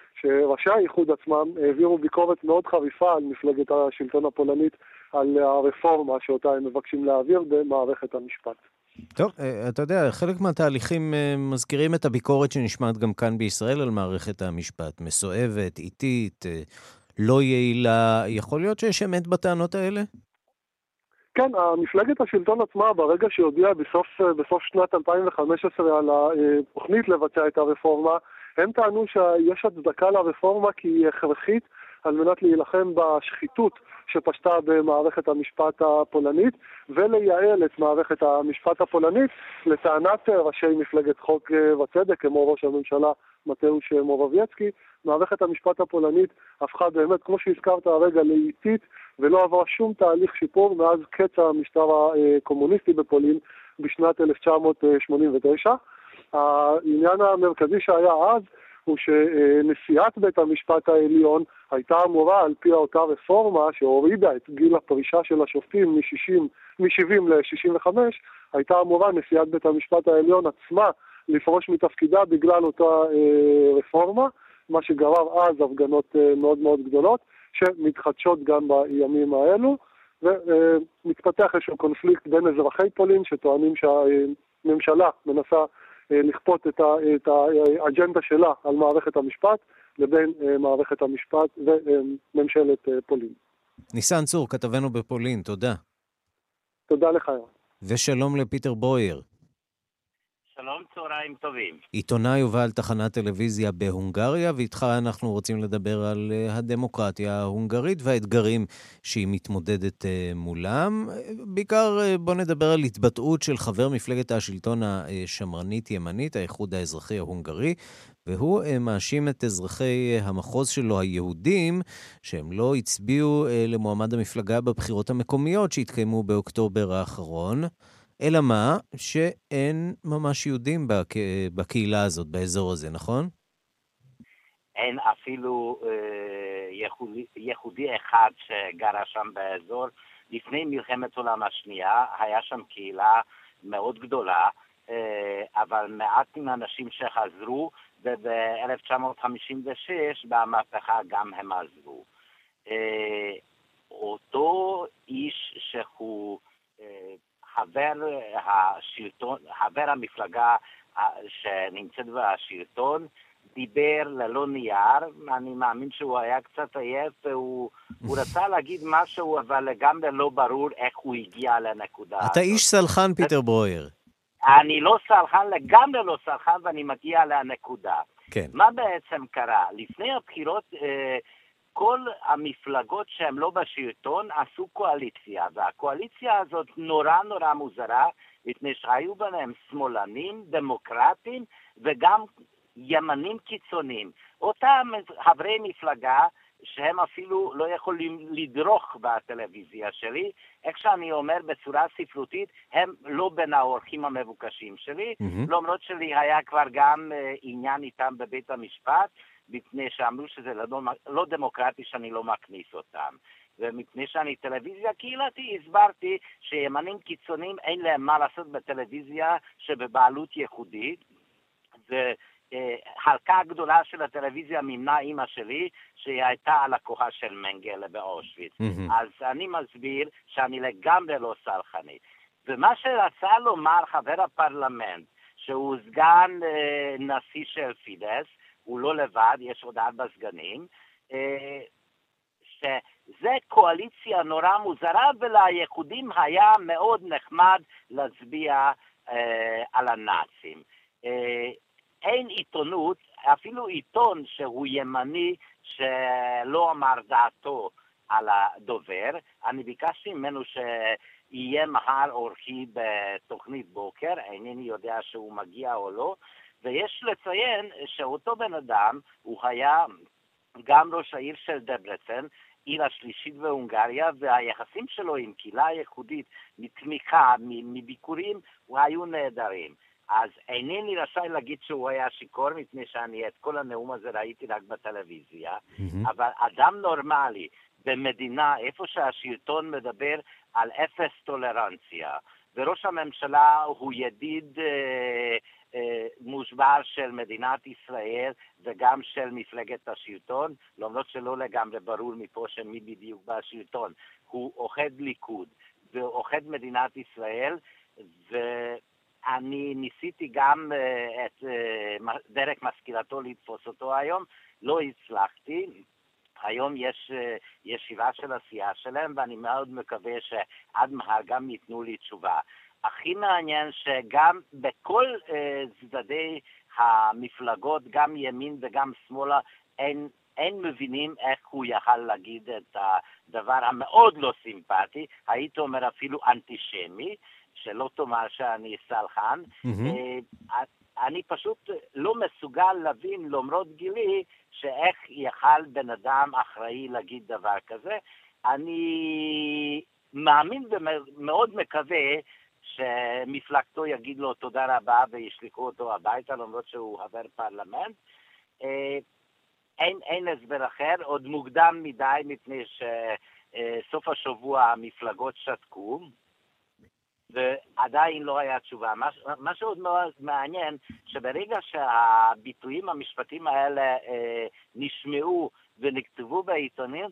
שראשי האיחוד עצמם העבירו ביקורת מאוד חריפה על מפלגת השלטון הפולנית, על הרפורמה שאותה הם מבקשים להעביר במערכת המשפט. טוב, אתה יודע, חלק מהתהליכים מזכירים את הביקורת שנשמעת גם כאן בישראל על מערכת המשפט. מסואבת, איטית, לא יעילה. יכול להיות שיש אמת בטענות האלה? כן, מפלגת השלטון עצמה, ברגע שהודיעה בסוף, בסוף שנת אלפיים וחמש עשרה על התוכנית לבצע את הרפורמה, הם טענו שיש הצדקה לרפורמה כי היא הכרחית על מנת להילחם בשחיתות שפשטה במערכת המשפט הפולנית, ולייעל את מערכת המשפט הפולנית. לטענת ראשי מפלגת חוק וצדק, כמו ראש הממשלה מתאוש מורבייצקי, מערכת המשפט הפולנית הפכה באמת, כמו שהזכרת הרגע, לאיטית, ולא עברה שום תהליך שיפור מאז קץ המשטר הקומוניסטי בפולין בשנת אלף תשע מאות שמונים ותשע. העניין המרכזי שהיה אז הוא שנשיאת בית המשפט העליון הייתה אמורה על פי אותה רפורמה שהורידה את גיל הפרישה של השופטים מ-שבעים ל-שישים וחמש, הייתה אמורה נשיאת בית המשפט העליון עצמה לפרוש מתפקידה בגלל אותה אה, רפורמה, מה שגרר אז הפגנות אה, מאוד מאוד גדולות שמתחדשות גם בימים האלו, ומתפתח איזשהו קונפליקט בין אזרחי פולין שטוענים שהממשלה מנסה לכפות את האג'נדה שלה על מערכת המשפט לבין מערכת המשפט וממשלת פולין. ניסן צור, כתבנו בפולין, תודה. תודה לך. ושלום לפיטר ברויר. שלום, צהריים טובים. עיתונאי ובעל תחנת טלוויזיה בהונגריה, ואיתך אנחנו רוצים לדבר על הדמוקרטיה ההונגרית והאתגרים שהיא מתמודדת מולם. בעיקר בוא נדבר על התבטאות של חבר מפלגת השלטון השמרנית ימנית, האיחוד האזרחי ההונגרי, והוא מאשים את אזרחי המחוז שלו היהודים, שהם לא הצביעו למועמד המפלגה בבחירות המקומיות שהתקיימו באוקטובר האחרון. אלא מה? שאין ממש יהודים בק... בקהילה הזאת, באזור הזה, נכון? אין אפילו אה, יהודי, יהודי אחד שגרה שם באזור. לפני מלחמת העולם השנייה היה שם קהילה מאוד גדולה, אה, אבל מעט מהאנשים שחזרו, וב-אלף תשע מאות חמישים ושש במהפכה גם הם עזבו. אה, אותו איש שהוא... אה, חבר השלטון, חבר המפלגה שנמצאת בשלטון, דיבר ללא נייר. אני מאמין שהוא היה קצת עייף, והוא הוא רצה להגיד משהו, אבל לגמרי לא ברור איך הוא הגיע לנקודה הזאת. אתה איש סלחן, פיטר ברויר. אני לא סלחן, לגמרי לא סלחן, ואני מגיע לנקודה. כן. מה בעצם קרה? לפני הבחירות... אה, כל המפלגות שהן לא בשלטון עשו קואליציה, והקואליציה הזאת נורא נורא מוזרה, מפני שהיו ביניהם שמאלנים, דמוקרטים, וגם ימנים קיצוניים. אותם חברי מפלגה שהם אפילו לא יכולים לדרוך בטלוויזיה שלי, איך שאני אומר בצורה ספרותית, הם לא בין האורחים המבוקשים שלי, mm-hmm. למרות שלי היה כבר גם uh, עניין איתם בבית המשפט, מפני שאמרו שזה לא, לא דמוקרטי שאני לא מכניס אותם. ומפני שאני טלוויזיה קהילתי, הסברתי שימנים קיצוניים אין להם מה לעשות בטלוויזיה שבבעלות ייחודית, וחלקה הגדולה של הטלוויזיה מימנה אמא שלי, שהיא הייתה הלקוחה של מנגלה באושוויץ. Mm-hmm. אז אני מסביר שאני לגמרי לא סלחני. ומה שרצה לומר חבר הפרלמנט, שהוא סגן אה, נשיא של פידס, הוא לא לבד, יש עוד ארבע סגנים, שזה קואליציה נורא מוזרה, ולייחודים היה מאוד נחמד להצביע על הנאצים. אין עיתונות, אפילו עיתון שהוא ימני, שלא אמר דעתו על הדובר. אני ביקשתי ממנו שיהיה מחר אורחי בתוכנית בוקר, אינני יודע שהוא מגיע או לא, ויש לציין שאותו בן אדם, הוא היה גם ראש העיר של דברצן, עיר השלישית בהונגריה, והיחסים שלו עם קהילה ייחודית, מתמיכה, מביקורים, היו נהדרים. אז אינני רשאי להגיד שהוא היה שיקור, מפני שאני את כל הנאום הזה ראיתי רק בטלוויזיה, mm-hmm. אבל אדם נורמלי במדינה, איפה שהשלטון מדבר על אפס טולרנציה, וראש הממשלה הוא ידיד אה, מושבר של מדינת ישראל וגם של מפלגת השלטון, למרות שלא לגמרי ברור מפה שמי בדיוק בשלטון. הוא אוחד ליכוד ואוחד מדינת ישראל, ואני ניסיתי גם את דרך מזכירתו לתפוס אותו היום, לא הצלחתי. היום יש ישיבה של הסיעה שלהם, ואני מאוד מקווה שעד מחר גם ייתנו לי תשובה. הכי מעניין שגם בכל צדדי המפלגות, גם ימין וגם שמאלה, אין, אין מבינים איך הוא יכל להגיד את הדבר המאוד לא סימפטי, היית אומר אפילו אנטישמי, שלא תאמר שאני סלחן. Mm-hmm. אני פשוט לא מסוגל להבין, למרות גילי, שאיך יכל בן אדם אחראי להגיד דבר כזה. אני מאמין ומאוד מקווה שמפלגתו יגיד לו תודה רבה וישלחו אותו הביתה, למרות שהוא חבר פרלמנט. אין, אין הסבר אחר, עוד מוקדם מדי, מפני שסוף השבוע המפלגות שתקו, ועדיין לא היה תשובה. מה, מה שעוד מאוד מעניין, שברגע שהביטויים המשפטיים האלה אה, נשמעו ונכתבו בעיתונים,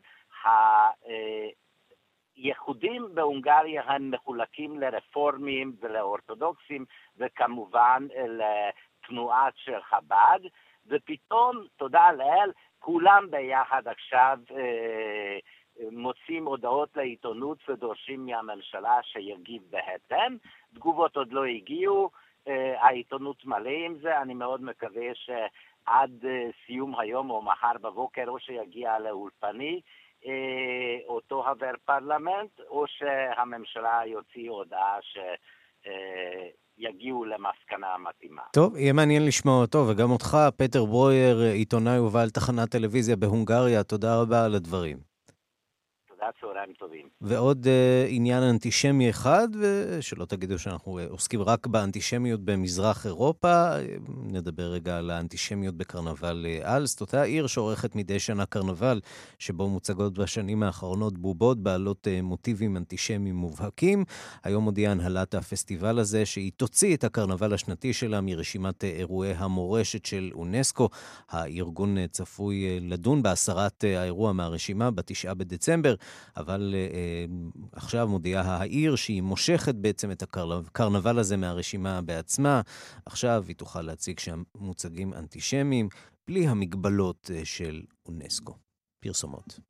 היחודים בהונגריה הם מחולקים לרפורמים ולאורתודוקסים, וכמובן לתנועת של חב"ד, ופתאום, תודה לאל, כולם ביחד עכשיו אה, מוצאים הודעות לעיתונות ודורשים מהממשלה שיגיב בהתאם. תגובות עוד לא הגיעו, העיתונות מלא עם זה. אני מאוד מקווה שעד סיום היום או מחר בבוקר או שיגיע לאולפני אותו חבר פרלמנט, או שהממשלה יוציא הודעה שיגיעו למסקנה המתאימה. טוב, יהיה מעניין לשמוע אותו, וגם אותך, פטר ברויר, עיתונאי ובעל תחנת טלוויזיה בהונגריה, תודה רבה על הדברים. תודה, צהריים טובים. ועוד uh, עניין אנטישמי אחד, ושלא תגידו שאנחנו uh, עוסקים רק באנטישמיות במזרח אירופה, נדבר רגע על האנטישמיות בקרנבל uh, אלסט, אותה עיר שעורכת מדי שנה קרנבל, שבו מוצגות בשנים האחרונות בובות בעלות uh, מוטיבים אנטישמיים מובהקים. היום הודיעה הנהלת הפסטיבל הזה שהיא תוציא את הקרנבל השנתי שלה מרשימת uh, אירועי המורשת של אונסקו. הארגון uh, צפוי uh, לדון בהסרת uh, האירוע מהרשימה בתשעה בדצמבר, אבל uh, עכשיו מודיעה העיר שהיא מושכת בעצם את הקרנבל הזה מהרשימה בעצמה. עכשיו היא תוכל להציג שם מוצגים אנטישמיים, בלי המגבלות uh, של אונסקו. פרסומות.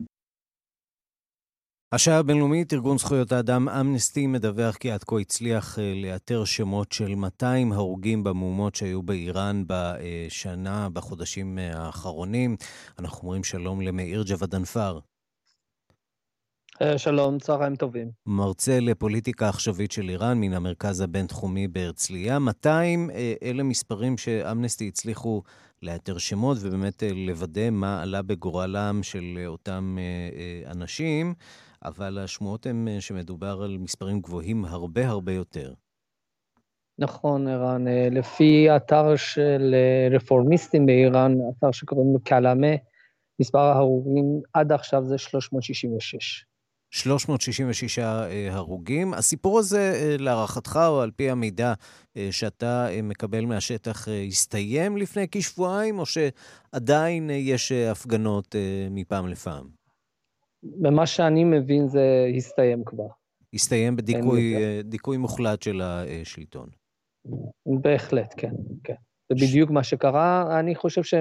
השעה הבינלאומית, ארגון זכויות האדם אמנסטי מדווח כי עד כה הצליח לאתר שמות של מאתיים הרוגים במהומות שהיו באיראן בשנה, בחודשים האחרונים. אנחנו אומרים שלום למאיר ג'וודנפר. שלום, צהריים טובים. מרצה לפוליטיקה עכשווית של איראן מן המרכז הבינתחומי בהרצליה. מאתיים אלה מספרים שאמנסטי הצליחו לאתר שמות ובאמת לוודא מה עלה בגורלם של אותם אנשים, אבל השמועות הן שמדובר על מספרים גבוהים הרבה הרבה יותר. נכון, איראן. לפי אתר של רפורמיסטים באיראן, אתר שקוראים לו קלאמה, מספר ההרוגים עד עכשיו זה שלוש מאות שישים ושש. שלוש מאות שישים ושש הרוגים. הסיפור הזה, להערכתך או על פי המידע שאתה מקבל מהשטח, הסתיים לפני כשבועיים, או שעדיין יש הפגנות מפעם לפעם? במה שאני מבין זה הסתיים כבר. הסתיים בדיכוי דיכוי מוחלט של השלטון. בהחלט, כן, כן. זה בדיוק מה שקרה. אני חושב שהם...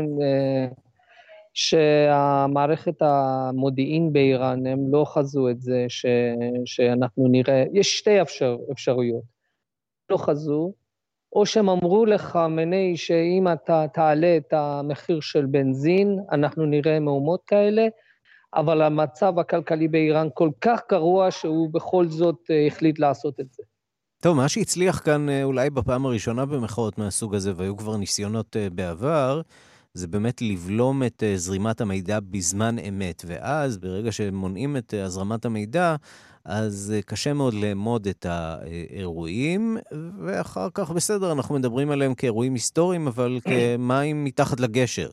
שהמערכת המודיעין באיראן, הם לא חזו את זה ש, שאנחנו נראה, יש שתי אפשר, אפשרויות, לא חזו, או שהם אמרו לך, מני, שאם אתה תעלה את המחיר של בנזין, אנחנו נראה מהומות כאלה, אבל המצב הכלכלי באיראן כל כך גרוע, שהוא בכל זאת החליט לעשות את זה. טוב, מה שהצליח כאן אולי בפעם הראשונה במחאות מהסוג הזה, והיו כבר ניסיונות בעבר, זה באמת לבלום את זרימת המידע בזמן אמת, ואז ברגע שמונעים את הזרמת המידע, אז קשה מאוד לאמוד את האירועים, ואחר כך בסדר, אנחנו מדברים עליהם כאירועים היסטוריים, אבל כמים מתחת לגשר.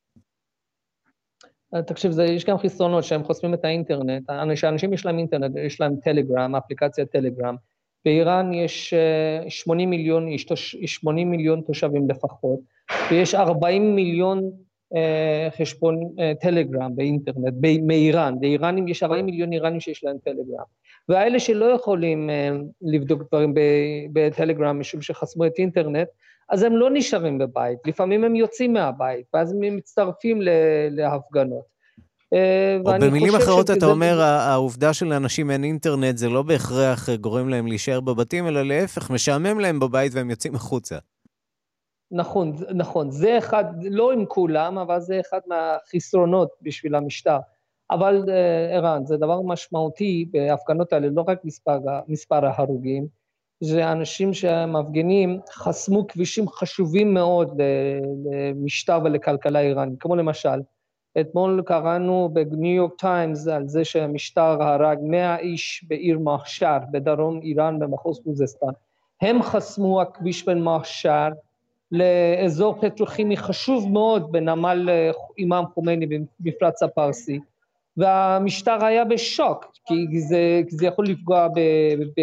תקשיב, זה, יש גם חסרונות שהם חוסמים את האינטרנט, שאנשים יש להם אינטרנט, יש להם טלגרם, אפליקציה טלגרם, באיראן יש שמונים מיליון, שמונים מיליון תושבים לפחות, ויש ארבעים מיליון חשבון טלגרם באינטרנט, מאיראן, באיראנים יש ארבעים מיליון איראנים שיש להם טלגרם, והאלה שלא יכולים לבדוק דברים בטלגרם משום שחסמו את אינטרנט, אז הם לא נשארים בבית, לפעמים הם יוצאים מהבית, ואז הם מצטרפים להפגנות. או במילים אחרות אתה אומר, העובדה שלאנשים אין אינטרנט זה לא בהכרח גורם להם להישאר בבתים, אלא להפך, משעמם להם בבית והם יוצאים החוצה. נכון, נכון, זה אחד, לא עם כולם, אבל זה אחד מהחסרונות בשביל המשטר. אבל ערן, זה דבר משמעותי בהפגנות האלה, לא רק מספר, מספר ההרוגים, זה אנשים שמפגינים חסמו כבישים חשובים מאוד למשטר ולכלכלה איראנית, כמו למשל, אתמול קראנו בניו יורק טיימס על זה שהמשטר הרג מאה איש בעיר מחשר, בדרום איראן במחוז חוזסטן. הם חסמו הכביש בין מחשר לאזור פטרוכימי חשוב מאוד בנמל אימאם חומייני במפרץ הפרסי, והמשטר היה בשוק, כי זה, זה יכול לפגוע ב, ב,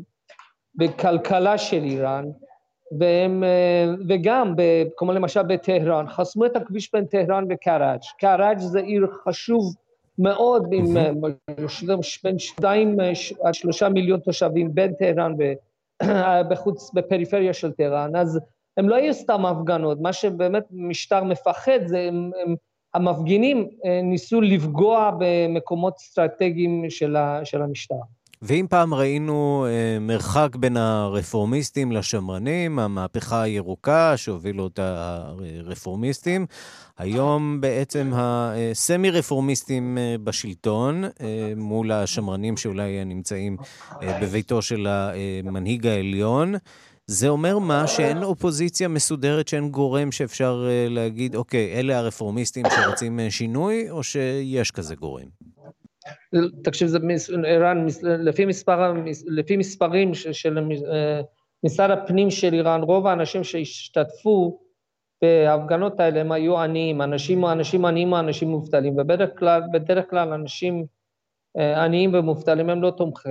בכלכלה של איראן, והם, וגם, כמו למשל בטהרן, חסמו את הכביש בין טהרן וקראג'. קראג' זה עיר חשוב מאוד, עם בין שתיים עד שלושה מיליון תושבים בין טהרן ובחוץ, בפריפריה של טהרן, אז הם לא היו סתם הפגנות, מה שבאמת משטר מפחד, זה הם, הם, המפגינים ניסו לפגוע במקומות אסטרטגיים של, של המשטר. ואם פעם ראינו אה, מרחק בין הרפורמיסטים לשמרנים, המהפכה הירוקה שהובילו את הרפורמיסטים, היום בעצם הסמי-רפורמיסטים אה, בשלטון, אה, מול השמרנים שאולי נמצאים אה, בביתו של המנהיג העליון, זה אומר מה? שאין אופוזיציה מסודרת, שאין גורם שאפשר אה, להגיד, אוקיי, אלה הרפורמיסטים שרוצים שינוי, או שיש כזה גורם? תקשיב, זה איראן, לפי מספר, לפי מספרים של משרד הפנים של איראן, רוב האנשים שהשתתפו בהפגנות האלה הם היו עניים, אנשים, אנשים עניים, אנשים מובטלים, ובדרך כלל, בדרך כלל אנשים עניים ומובטלים הם לא תומכי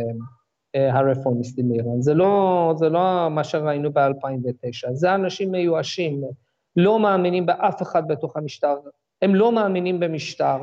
הרפורמיסטים באיראן. זה לא, זה לא מה שראינו ב-אלפיים ותשע, זה אנשים מיואשים, לא מאמינים באף אחד בתוך המשטר, הם לא מאמינים במשטר,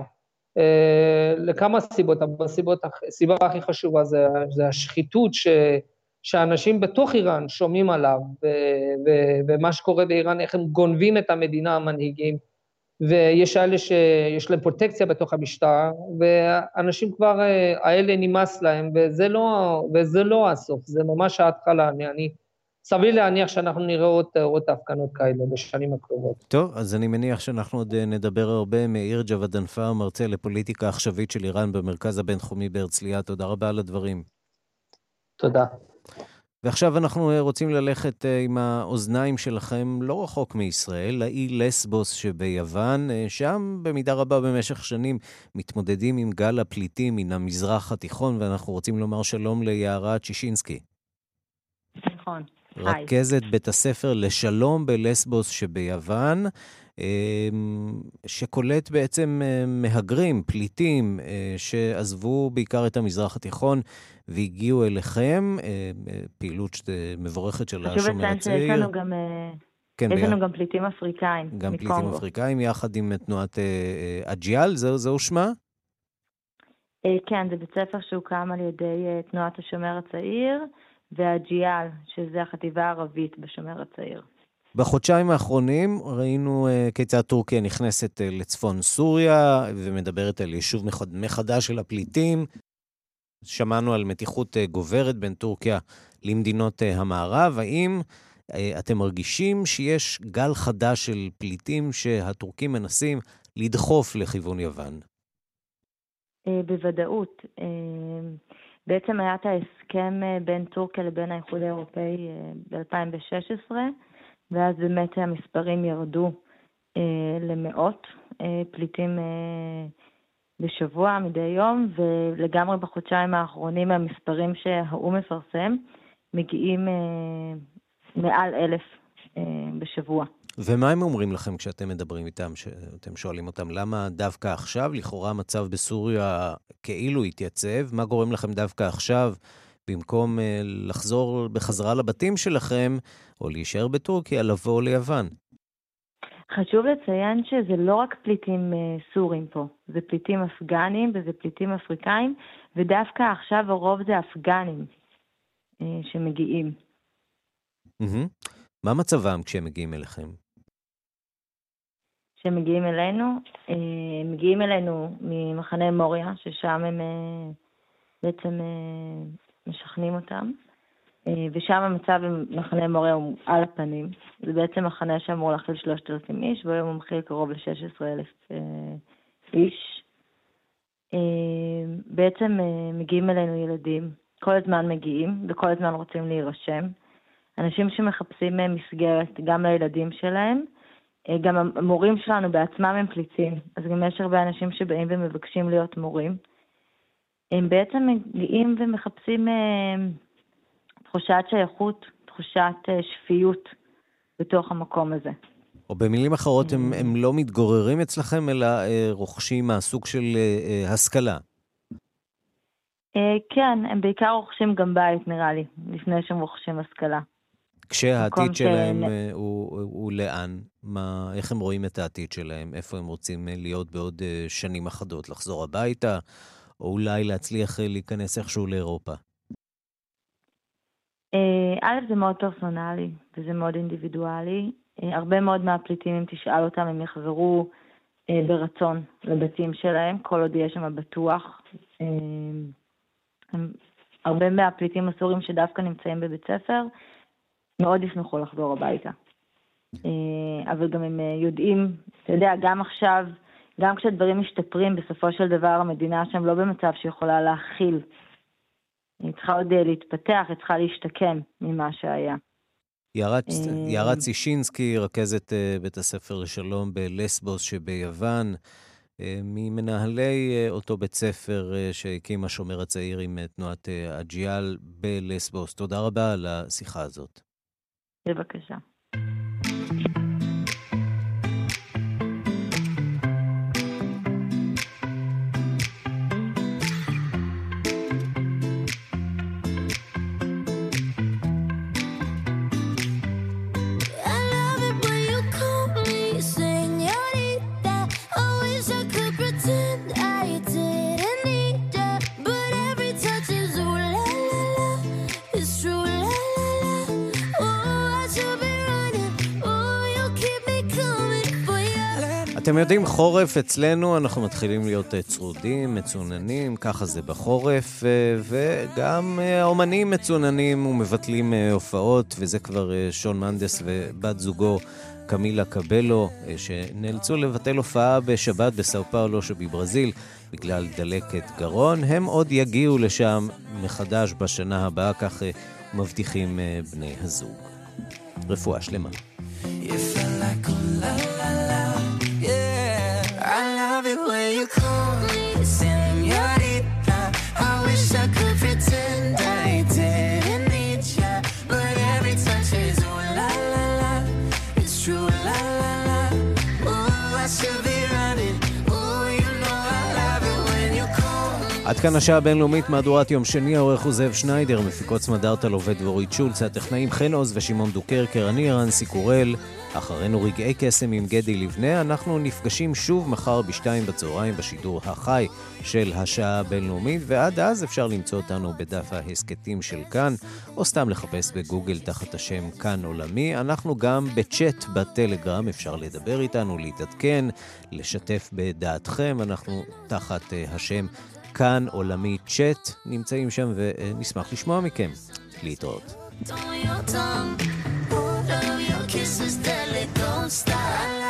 לכמה סיבות, אבל הסיבות, הסיבה הכי חשובה זה, זה השחיתות ש, שאנשים בתוך איראן שומעים עליו, ו, ו, ומה שקורה באיראן, איך הם גונבים את המדינה המנהיגים, ויש אלה שיש להם פרוטקציה בתוך המשטר, ואנשים כבר, האלה נמאס להם, וזה לא, וזה לא הסוף, זה ממש ההתחלה, אני, אני סביר להניח שאנחנו נראה עוד, עוד הפגנות כאלה בשנים הקרובות. טוב, אז אני מניח שאנחנו עוד נדבר הרבה. מאיר ג'וודנפר, מרצה לפוליטיקה עכשווית של איראן במרכז הבינתחומי בהרצליה. תודה רבה על הדברים. תודה. ועכשיו אנחנו רוצים ללכת עם האוזניים שלכם לא רחוק מישראל, לאי לסבוס שביוון, שם במידה רבה במשך שנים מתמודדים עם גל הפליטים מן המזרח התיכון, ואנחנו רוצים לומר שלום ליערה צ'ישינסקי. נכון. רכזת בית הספר לשלום בלסבוס שביוון, שקולט בעצם מהגרים, פליטים, שעזבו בעיקר את המזרח התיכון והגיעו אליכם, פעילות מבורכת של השומר הצעיר. יש לנו גם, כן, יש לנו גם פליטים אפריקאים. גם מקונגו. פליטים אפריקאים יחד עם תנועת אג'יאל, זהו, זהו שמה? כן, זה בית ספר שהוקם על ידי תנועת השומר הצעיר, והג'יאל, שזה החטיבה הערבית בשומר הצעיר. בחודשיים האחרונים ראינו uh, כיצד טורקיה נכנסת uh, לצפון סוריה, ומדברת על יישוב מחדש של הפליטים. שמענו על מתיחות uh, גוברת בין טורקיה למדינות uh, המערב. האם uh, אתם מרגישים שיש גל חדש של פליטים שהטורקים מנסים לדחוף לכיוון יוון? Uh, בוודאות. Uh... בעצם היה את ההסכם בין טורקיה לבין האיחוד האירופאי ב-אלפיים ושש עשרה, ואז באמת המספרים ירדו אה, למאות אה, פליטים אה, בשבוע מדי יום, ולגמרי בחודשיים האחרונים המספרים שהאו"ם מפרסם מגיעים אה, מעל אלף אה, בשבוע. ומה הם אומרים לכם כשאתם מדברים איתם, שאתם שואלים אותם, למה דווקא עכשיו? לכאורה המצב בסוריה כאילו התייצב, מה גורם לכם דווקא עכשיו במקום לחזור בחזרה לבתים שלכם, או להישאר בטורקיה, לבוא ליוון. חשוב לציין שזה לא רק פליטים סורים פה, זה פליטים אפגנים וזה פליטים אפריקאים, ודווקא עכשיו הרוב זה אפגנים שמגיעים. מה מצבם כשהם מגיעים אליכם? שמגיעים אלינו, מגיעים אלינו ממחנה מוריה, ששם הם בעצם משכנים אותם, ושם המצב במחנה מוריה הוא על הפנים. זה בעצם מחנה שאמור להכיל שלושת אלפים איש, והיום הוא מכיל קרוב ל-שש עשרה אלף איש. בעצם מגיעים אלינו ילדים, כל הזמן מגיעים, וכל הזמן רוצים להירשם. אנשים שמחפשים מסגרת גם לילדים שלהם, גם המורים שלנו בעצמם הם פליטים, אז גם יש הרבה אנשים שבאים ומבקשים להיות מורים. הם בעצם מגיעים ומחפשים תחושת שייכות, תחושת שפיות בתוך המקום הזה. או במילים אחרות, הם, הם לא מתגוררים אצלכם, אלא רוכשים מהסוג של השכלה. כן, הם בעיקר רוכשים גם בית, נראה לי, לפני שהם רוכשים השכלה. כשהעתיד שלהם ש... הוא, הוא לאן? מה, איך הם רואים את העתיד שלהם? איפה הם רוצים להיות בעוד שנים אחדות? לחזור הביתה? או אולי להצליח להיכנס איכשהו לאירופה? א', זה מאוד פרסונלי, וזה מאוד אינדיבידואלי. הרבה מאוד מהפליטים, אם תשאל אותם, הם יחזרו ברצון לבתים שלהם, כל עוד יש שם בטוח. הרבה מהפליטים הסורים שדווקא נמצאים בבית ספר, מאוד ישמחו לחזור הביתה. אבל גם הם יודעים, אתה יודע, גם עכשיו, גם כשדברים משתפרים, בסופו של דבר המדינה שם לא במצב שיכולה להכיל. היא צריכה עוד להתפתח, היא צריכה להשתקם ממה שהיה. יערה צישינסקי, רכזת בית הספר לשלום בלסבוס שביוון, ממנהלי אותו בית ספר שהקים השומר הצעיר עם תנועת אג'יאל בלסבוס. תודה רבה על השיחה הזאת. בבקשה. אתם יודעים, חורף אצלנו, אנחנו מתחילים להיות צרודים, מצוננים, ככה זה בחורף, וגם האומנים מצוננים ומבטלים הופעות, וזה כבר שון מנדס ובת זוגו קמילה קבלו, שנאלצו לבטל הופעה בשבת בסאו פאולו שבברזיל, בגלל דלקת גרון. הם עוד יגיעו לשם מחדש בשנה הבאה, כך מבטיחים בני הזוג. רפואה שלמה. I love it when you call me señorita. I wish I could pretend I didn't need ya, but every touch is ooh la la la. It's true la la la. Ooh, I should be running. Ooh, you know I love it when you call me. עד כאן השעה הבינלאומית, מהדורת יום שני, העורך הוא זאב שניידר, מפיקות סמדארטה לובד ואורית שולץ, הטכנאים חן עוז ושמעון דוקרקר, אני רנסי קורל. אחרינו רגעי קסם עם גדי לבנה. אנחנו נפגשים שוב מחר בשתיים בצהריים בשידור החי של השעה הבינלאומית, ועד אז אפשר למצוא אותנו בדף ההסקטים של כאן, או סתם לחפש בגוגל תחת השם כאן עולמי. אנחנו גם בצ'אט בטלגרם, אפשר לדבר איתנו, להתעדכן, לשתף בדעתכם. אנחנו תחת השם כאן עולמי צ'אט, נמצאים שם ונשמח לשמוע מכם. להתראות. Kisses that don't stop.